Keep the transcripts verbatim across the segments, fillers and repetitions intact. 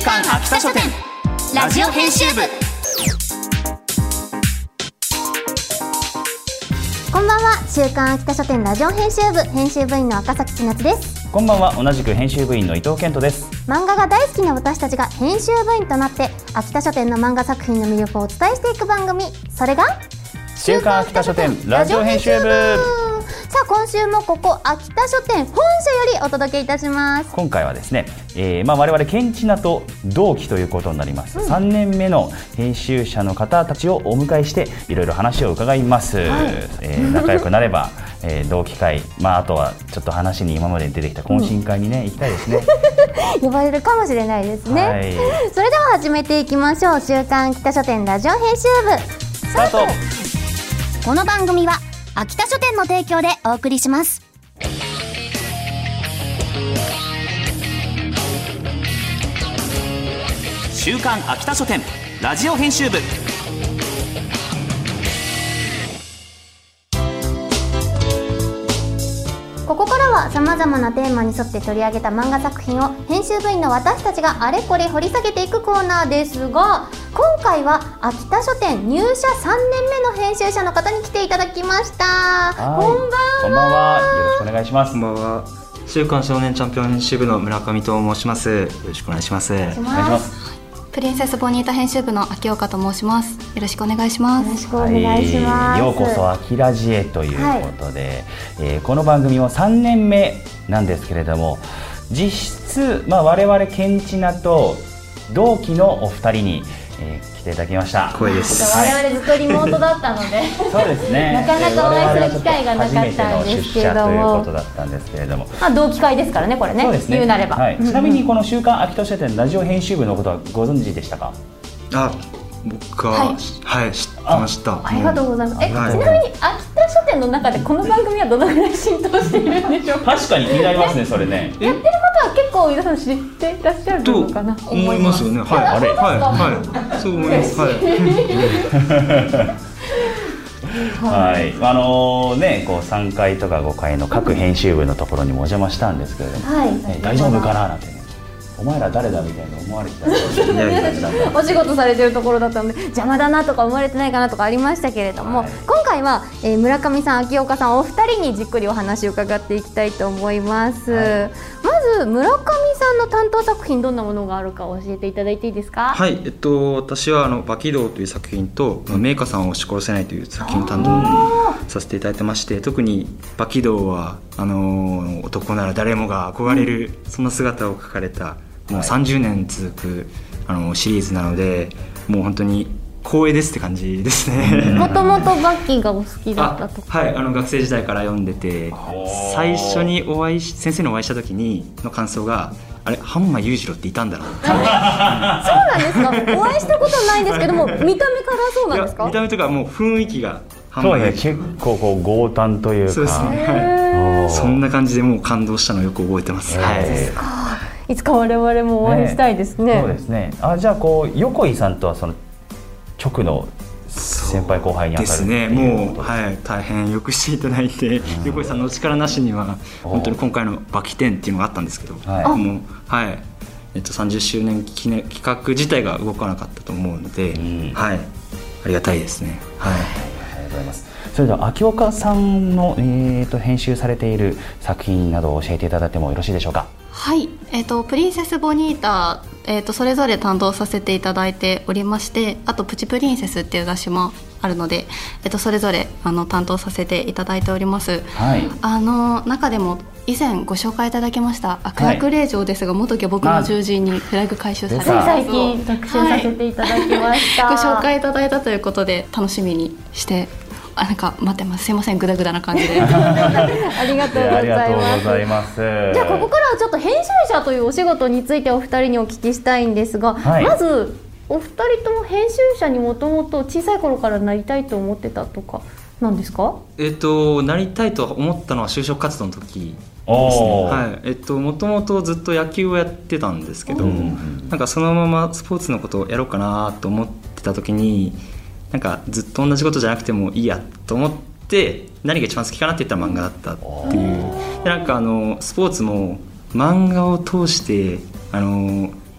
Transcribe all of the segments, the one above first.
刊秋田書店ラジオ編集部。 こんばんは。週刊秋田書店ラジオ編集部編集部員の赤崎千夏です。 こんばんは。同じく編集部員の伊藤健人です。 漫画が大好きな私たちが編集部員となって秋田書店の漫画作品の魅力をお伝えしていく番組、それが週刊秋田書店ラジオ編集部。 さあ今週もここ秋田書店本社よりお届けいたします。 今回はですね、えーまあ、我々ケンチナと同期ということになります、うん、さんねんめの編集者の方たちをお迎えしていろいろ話を伺います、はい、えー、仲良くなれば、えー、同期会、まあ、あとはちょっと話に今まで出てきた懇親会にね、うん、行きたいですね呼ばれるかもしれないですね、はい、それでは始めていきましょう。週刊秋田書店ラジオ編集部スタート。 この番組は秋田書店の提供でお送りします。週刊秋田書店ラジオ編集部。 ここからはさまざまなテーマに沿って取り上げた漫画作品を編集部員の私たちがあれこれ掘り下げていくコーナーですが、今回は秋田書店入社さんねんめの編集者の方に来ていただきました。こんばんは。 こんばんは。よろしくお願いします。 こんばんは。週刊少年チャンピオン編集部の村上と申します。よろしくお願いします。お願いします。 プリンセスボニータ編集部の秋岡と申します。よろしくお願いします。 よろしくお願いします。 はい、ようこそ秋ラジへということで、はい、えー、この番組もさんねんめなんですけれども、実質、まあ、我々ケンチナと同期のお二人に、えー、来ていただきました。 光栄です。 我々ずっとリモートだったのでそうですねなかなかお会いする機会がなかったんですけれども、 ということだったんですけれども、 まあ、同期会ですからね、これね。そうですね、言うなれば、 はい、ちなみにこの週刊秋田書店ラジオ編集部のことはご存知でしたか？ あ、僕は、はい、はい、知ってました。 ありがとうございます。え、はい、ちなみに秋田書店の中でこの番組はどのぐらい浸透しているんでしょうか？ 確かに気になりますね、それね。 やってることは結構皆さん知っていらっしゃるのかなと思いますよね。はい、あれ、はい、はい、そう思います。はいはい、あのー、ね、こうさんかいとかごかいの各編集部のところにもお邪魔したんですけれども、はい、ね、大丈夫かななんてね、お前ら誰だみたいな思われてたお仕事されてるところだったので邪魔だなとか思われてないかなとかありましたけれども、はい、今回は、えー、村上さん、秋岡さんお二人にじっくりお話を伺っていきたいと思います、はい、まず村上さんの担当作品どんなものがあるか教えていただいていいですか？ はい、えっと、私はあの馬起動という作品と名家さんを押し殺せないという作品を担当させていただいてまして、特に馬起動はあのー、男なら誰もが憧れる、うん、そんな姿を描かれたもうさんじゅうねん続くあのシリーズなので、もう本当に光栄ですって感じですね。 もともとバッキーがお好きだったとか？ はい、あの学生時代から読んでて、最初にお会いし先生にお会いした時にの感想が、あれ、半間裕次郎っていたんだなそうなんですか？お会いしたことないんですけども見た目からそうなんですか？ 見た目とかもう雰囲気がそうね、結構こう豪胆というか、 そうですね、はい、そんな感じでもう感動したのをよく覚えてます。はい、 いつか我々もお会いしたいですね。 そうですね。あ、じゃあこう横井さんとはその直の先輩後輩に当たるですね。もう、はい、大変よくしていただいて、うん、横井さんのお力なしには本当に今回のバキ展っていうのがあったんですけど、はい、もう、はい、えっと、さんじゅっしゅうねん記念企画自体が動かなかったと思うので、うん、はい、ありがたいですね。はい、ありがとうございます。 それでは秋岡さんの、えー、と編集されている作品などを教えていただいてもよろしいでしょうか？ はい、えー、とプリンセスボニータ、えー、とそれぞれ担当させていただいておりまして、あとプチプリンセスっていう雑誌もあるので、えー、とそれぞれあの担当させていただいております、はい、あの中でも以前ご紹介いただきました悪役令嬢ですが、はい、元下僕の囚人にフラグ回収された、 最近特集させていただきました、 はい、ご紹介いただいたということで楽しみにしてあ、なんか待ってます。すいません、グダグダな感じでありがとうございます。じゃあここからはちょっと編集者というお仕事についてお二人にお聞きしたいんですが、はい、まずお二人とも編集者にもともと小さい頃からなりたいと思ってたとかなんですか？ えっとなりたいと思ったのは就職活動の時ですね。はい、えっともともとずっと野球をやってたんですけど、なんかそのままスポーツのことをやろうかなと思ってた時に、なんかずっと同じことじゃなくてもいいやと思って何が一番好きかなって言ったら漫画だったっていう。でなんかあのスポーツも漫画を通してあの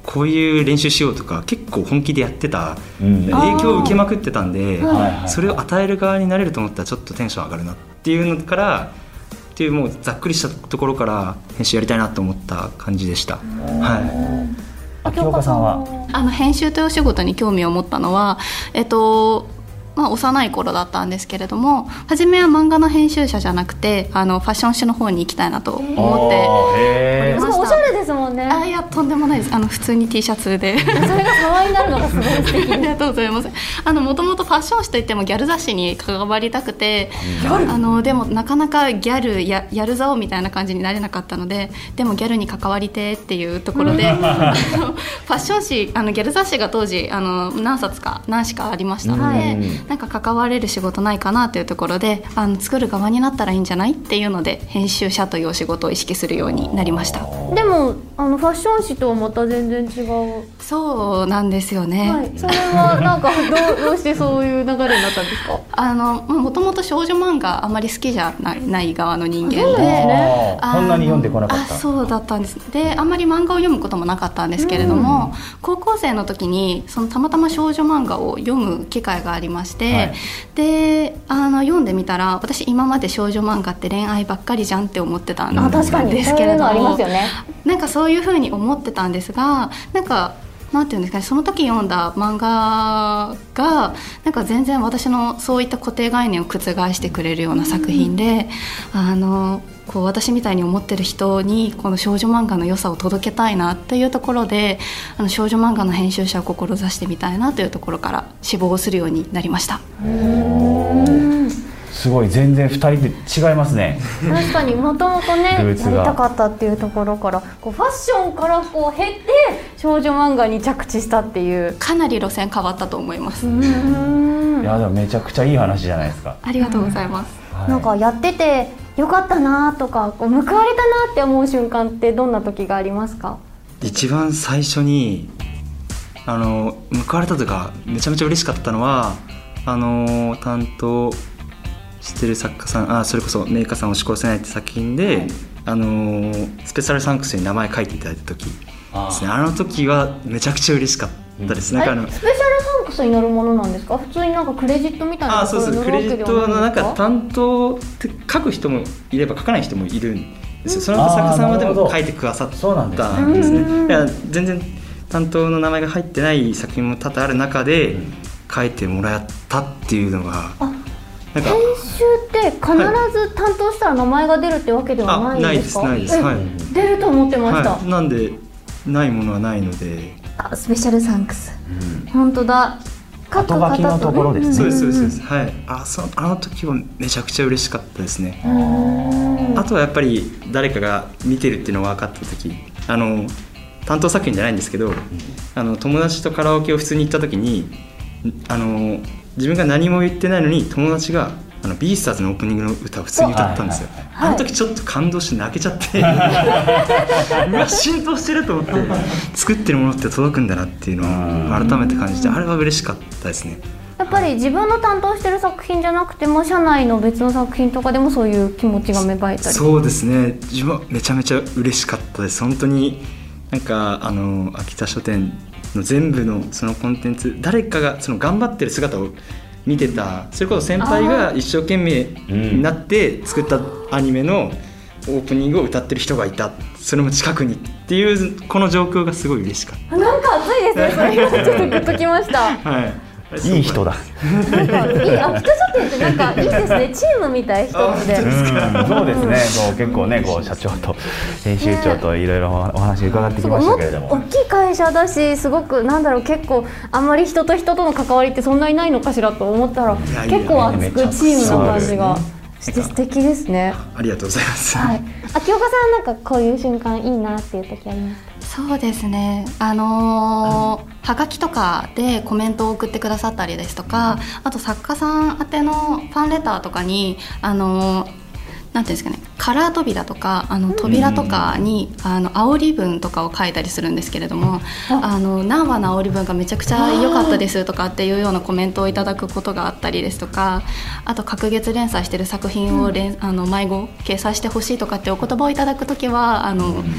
こういう練習しようとか結構本気でやってた、 うん、 影響を受けまくってたんで、 はい、 それを与える側になれると思ったらちょっとテンション上がるなっていうのからっていうもうざっくりしたところから編集やりたいなと思った感じでした。はい、 秋岡さんはあの編集というお仕事に興味を持ったのは、えっとまあ、幼い頃だったんですけれども、初めは漫画の編集者じゃなくてあのファッション誌の方に行きたいなと思っておりました。 おしゃれですもんね。 あ、いやとんでもないです。あの普通に T シャツでそれが可愛いなるのがすごい素敵ありがとうございます。あのもともとファッション誌といってもギャル雑誌に関わりたくて、あのでもなかなかギャル や, やるぞみたいな感じになれなかったので、でもギャルに関わりてっていうところであのファッション誌、あのギャル雑誌が当時あの何冊か何誌かありましたので、なんか関われる仕事ないかなというところで、あの作る側になったらいいんじゃないっていうので編集者というお仕事を意識するようになりました。 でもあのファッション誌とはまた全然違う。 そうなんですよね、 はい、それはなんかど う, どうしてそういう流れになったんですか？ あのもともと少女漫画あまり好きじゃない、ない側の人間で、 ね、こんなに読んでこなかった。 あ、そうだったんです。であんまり漫画を読むこともなかったんですけれども、高校生の時にそのたまたま少女漫画を読む機会がありまして、はい、であの読んでみたら、私今まで少女漫画って恋愛ばっかりじゃんって思ってたんですけれども、なんかそういう風に思ってたんですが、なんかなんていうんですかね、その時読んだ漫画がなんか全然私のそういった固定概念を覆してくれるような作品で、うん、あのこう私みたいに思ってる人にこの少女漫画の良さを届けたいなっていうところで、あの少女漫画の編集者を志してみたいなというところから志望をするようになりました。 うーん、すごい全然ふたりで違いますね。 確かにもともとねやりたかったっていうところからこうファッションからこう経て少女漫画に着地したっていう、 かなり路線変わったと思います。 うーん、 いやでもめちゃくちゃいい話じゃないですか。 ありがとうございます。 はい、 なんかやっててよかったなとかこう報われたなって思う瞬間ってどんな時がありますか？ 一番最初にあの報われたとかめちゃめちゃ嬉しかったのは、あの担当してる作家さん、あそれこそメーカーさんを押し殺せないって作品で、はい、あのスペシャルサンクスに名前書いていただいた時ですね。あの時はめちゃくちゃ嬉しかったです。なんかあのスペシャルサンクスになるものなんですか？普通になんかクレジットみたいなところに載るわけではないんですか？あ、そうです。クレジットのなんか担当って書く人もいれば書かない人もいるんですよ。その作家さんはでも書いてくださったんですね。いや全然担当の名前が入ってない作品も多々ある中で書いてもらったっていうのが、 なんか編集って必ず担当したら名前が出るってわけではないんですか？ ないです、ないです、はい、 出ると思ってました、 はい、なんでないものはないので、 あスペシャルサンクス、うん、本当だ、 後書きのところですね。 そうですそうですそうです、はい、あそあの時はめちゃくちゃ嬉しかったですね。あとはやっぱり誰かが見てるっていうのが分かった時、あの担当作品じゃないんですけど、うん、あの友達とカラオケを普通に行った時に、あの自分が何も言ってないのに友達があのビースターズのオープニングの歌を普通に歌ったんですよ。あの時ちょっと感動して泣けちゃってうわ浸透してると思って、作ってるものって届くんだなっていうのを改めて感じて、あれは嬉しかったですね。 やっぱり自分の担当してる作品じゃなくても社内の別の作品とかでもそういう気持ちが芽生えたり。 そうですね、自分はめちゃめちゃ嬉しかったです。本当になんかあの秋田書店の全部のそのコンテンツ、誰かがその頑張ってる姿を見てた、それこそ先輩が一生懸命になって作ったアニメのオープニングを歌ってる人がいた、それも近くにっていうこの状況がすごい嬉しかった。 なんか熱いですね、それがちょっとグッときましたはい、 いい人だ。 なんかいい秋田書店ってなんかいいですね、チームみたい人で。うん、 そうですね、こう結構ねこう社長と編集長といろいろお話伺ってきましたけれども、 大きい会社だし、すごくなんだろう、結構あんまり人と人との関わりってそんなにないのかしらと思ったら、結構熱くチームな感じがして素敵ですね。 ありがとうございます、 はい、秋岡さんなんかこういう瞬間いいなっていう時ありますか？ そうですね、あのー、はがきとかでコメントを送ってくださったりですとか、あと作家さん宛てのファンレターとかに、あのーなんていうんですかね、カラー扉とかあの扉とかにあの煽り文とかを書いたりするんですけれども、あの何話の煽り文がめちゃくちゃ良かったですとかっていうようなコメントをいただくことがあったりですとか、あと隔月連載してる作品を連、うん、あの毎号掲載してほしいとかってお言葉をいただくときは、あの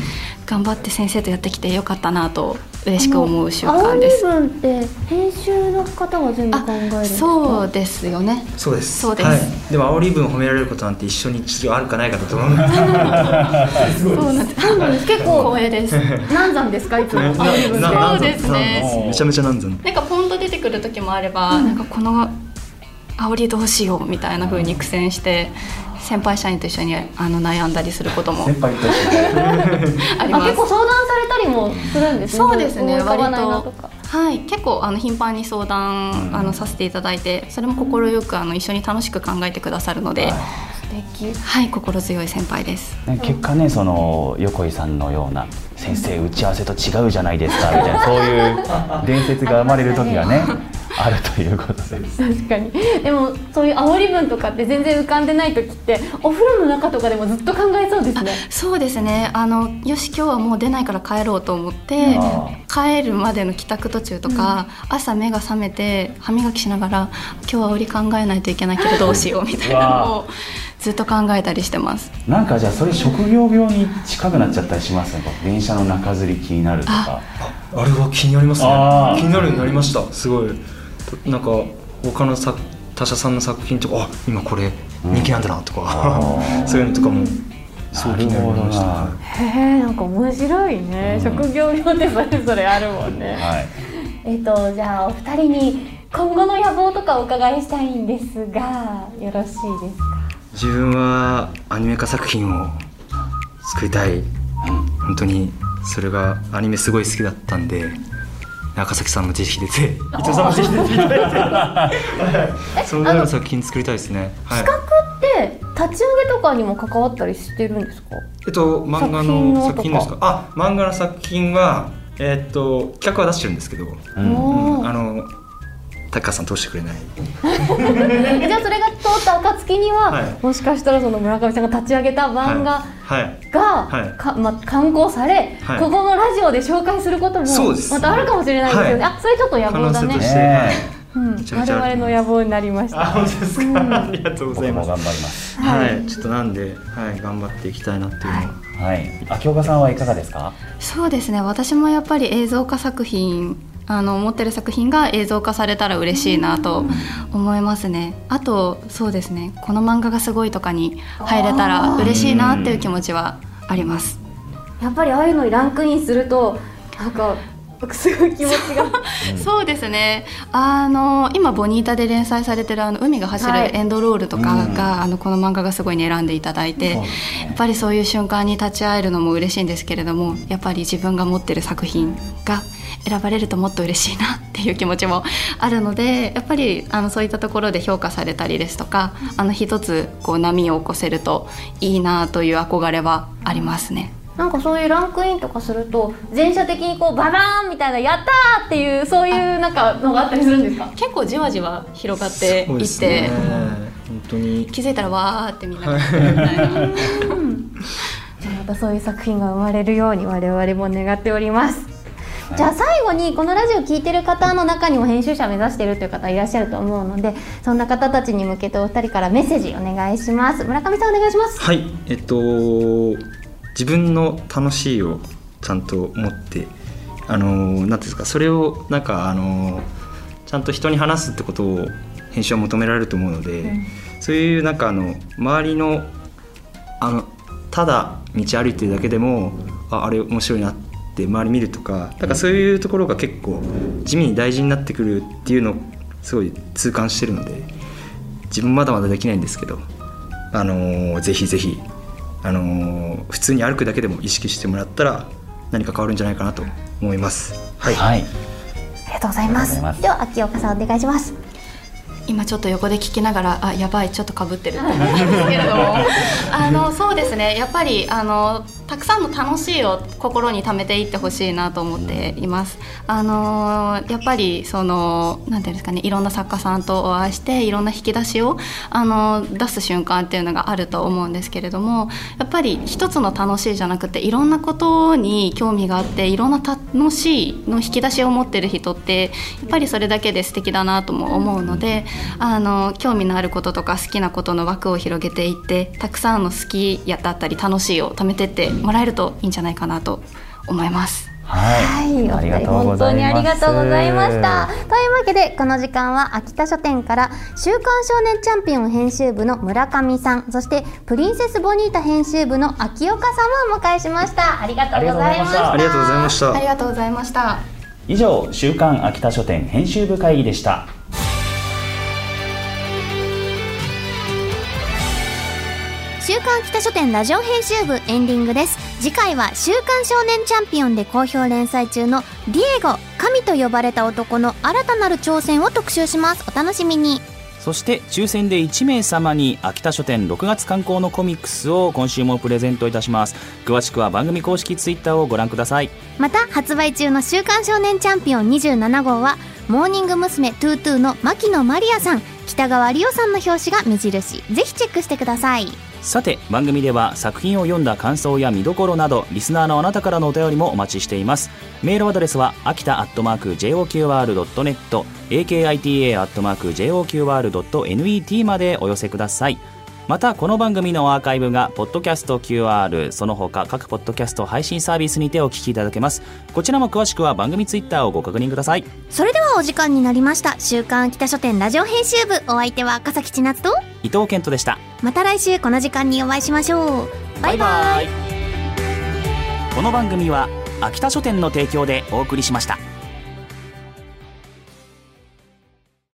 頑張って先生とやってきてよかったなと嬉しく思う瞬間です。 青い文って編集の方が全部考えるんですか？ そうですよね。 そうです。 そうです。 はい、でも煽り文褒められることなんて一緒に一度あるかないかだと思うんですそうなんです。 結構光栄です。 難産ですかいつも煽り文って？ そうですね。 めちゃめちゃ難産。 なんかポンと出てくる時もあれば、うん、なんかこの煽りどうしようみたいな風に苦戦して先輩社員と一緒にあの悩んだりすることも先輩としてあります。 あ、結構相談されたりもするんですね。 そうですね。割とはい、結構あの頻繁に相談、うん、あのさせていただいて、それも心よくあの一緒に楽しく考えてくださるので、はい、 素敵。 はい、心強い先輩です。 結果ね、その横井さんのような先生打ち合わせと違うじゃないですかみたいなそういう伝説が生まれる時がねあるということです。 確かに。でもそういう煽り文とかって全然浮かんでない時ってお風呂の中とかでもずっと考えそうですね。 そうですね。あのよし今日はもう出ないから帰ろうと思って帰るまでの帰宅途中とか、うん、朝目が覚めて歯磨きしながら今日は煽り考えないといけないけどどうしようみたいなのをずっと考えたりしてます。 なんかじゃあそれ職業病に近くなっちゃったりしますね。電車の中吊り気になるとか。 あ, あれは気になりますね。気になるようになりました。すごいなんか他の作他社さんの作品とか、あ今これ人気なんだなとか、うん、そういうのとかもすごい気になりました。 へえ、なんか面白いね、うん、職業病ってそれぞれあるもんね、はい、えっとじゃあお二人に今後の野望とかお伺いしたいんですがよろしいですか？ 自分はアニメ化作品を作りたい、うん、本当にそれがアニメすごい好きだったんで、中崎さんもぜひ出て、伊藤さんもぜひ出ていただいてそのような作品作りたいですね。はい、 企画って立ち上げとかにも関わったりしてるんですか？ えっと漫画の作品ですか？あ、漫画の作品はえー、っと企画は出してるんですけど、うんうん、あの高橋さん通してくれないじゃあそれが通った暁には、はい、もしかしたらその村上さんが立ち上げた漫画が、はいはいかま、刊行され、はい、ここのラジオで紹介することもまたあるかもしれないですよね。はい、あ、それちょっと野望だね。うん、我々の野望になりました。 あ、本当ですか、うん、ありがとうございます。 僕も頑張ります。 はい、はい、ちょっとなんで、はい、頑張っていきたいなっていうのは、 はい、秋岡さんはいかがですか？ そうですね、私もやっぱり映像化作品あの持ってる作品が映像化されたら嬉しいなと思いますね。あとそうですね、この漫画がすごいとかに入れたら嬉しいなっていう気持ちはあります。 やっぱりああいうのにランクインするとなんかすごい気持ちがそうですね、あの今ボニータで連載されてるあの海が走るエンドロールとかが、はい、あのこの漫画がすごい選んでいただいて、ね、やっぱりそういう瞬間に立ち会えるのも嬉しいんですけれども、やっぱり自分が持ってる作品が選ばれるともっと嬉しいなっていう気持ちもあるので、やっぱりあのそういったところで評価されたりですとか、あの一つこう波を起こせるといいなという憧れはありますね。 なんかそういうランクインとかすると全社的にこうババーンみたいなやったーっていうそういうなんかのがあったりするんですか？ 結構じわじわ広がっていって、 本当に気づいたらわーってみんながみたいなじゃあまたそういう作品が生まれるように我々も願っております。じゃあ最後にこのラジオ聞いてる方の中にも編集者目指しているという方いらっしゃると思うので、そんな方たちに向けてお二人からメッセージお願いします。村上さんお願いします。 はい、えっと自分の楽しいをちゃんと持ってあのなんていうんですか、それをなんかあのちゃんと人に話すってことを編集は求められると思うので、うん、そういうなんかあの周りのあのただ道歩いてるだけでも あ, あれ面白いなって周り見るとか、だからそういうところが結構地味に大事になってくるっていうのをすごい痛感してるので、自分まだまだできないんですけど、あのー、ぜひぜひ、あのー、普通に歩くだけでも意識してもらったら何か変わるんじゃないかなと思います。はい、はい、 ありがとうございます。では秋岡さんお願いします。 今ちょっと横で聞きながらあやばいちょっとかぶってるって思うんですけれどもあのそうですね、やっぱりあのたくさんの楽しいを心に溜めていってほしいなと思っています。あのやっぱりそのなんていうんですかね、いろんな作家さんとお会いしていろんな引き出しをあの出す瞬間っていうのがあると思うんですけれども、やっぱり一つの楽しいじゃなくていろんなことに興味があっていろんな楽しいの引き出しを持ってる人ってやっぱりそれだけで素敵だなとも思うので、あの興味のあることとか好きなことの枠を広げていってたくさんの好きやだったり楽しいを貯めてってもらえるといいんじゃないかなと思います。 はい、 はい、 ありがとうご本当ざいます。 にありがとうございました。というわけでこの時間は秋田書店から週刊少年チャンピオン編集部の村上さん、そしてプリンセスボニータ編集部の秋岡さんをお迎えしました。ありがとうございました。 ありがとうございました。 ありがとうございました。 以上、週刊秋田書店編集部会議でした。 週刊秋田書店ラジオ編集部エンディングです。次回は週刊少年チャンピオンで好評連載中のディエゴ、神と呼ばれた男の新たなる挑戦を特集します。お楽しみに。 そして抽選でいち名様に秋田書店ろくがつ刊行のコミックスを今週もプレゼントいたします。詳しくは番組公式ツイッターをご覧ください。 また発売中の週刊少年チャンピオンにじゅうなな号はモーニング娘。トゥートゥーの牧野マリアさん、北川理央さんの表紙が目印。ぜひチェックしてください。 さて、番組では作品を読んだ感想や見どころなどリスナーのあなたからのお便りもお待ちしています。メールアドレスは秋田アットマーク ジェイオーキューアールドットネット エーケーアイティーエー アットマーク ジェイオーキューアールドットネット までお寄せください。またこの番組のアーカイブがポッドキャスト キューアール その他各ポッドキャスト配信サービスにてお聞きいただけます。こちらも詳しくは番組ツイッターをご確認ください。 それではお時間になりました。週刊秋田書店ラジオ編集部、お相手は笠木千夏と伊藤健人でした。 また来週この時間にお会いしましょう。バイバイ。 この番組は秋田書店の提供でお送りしました。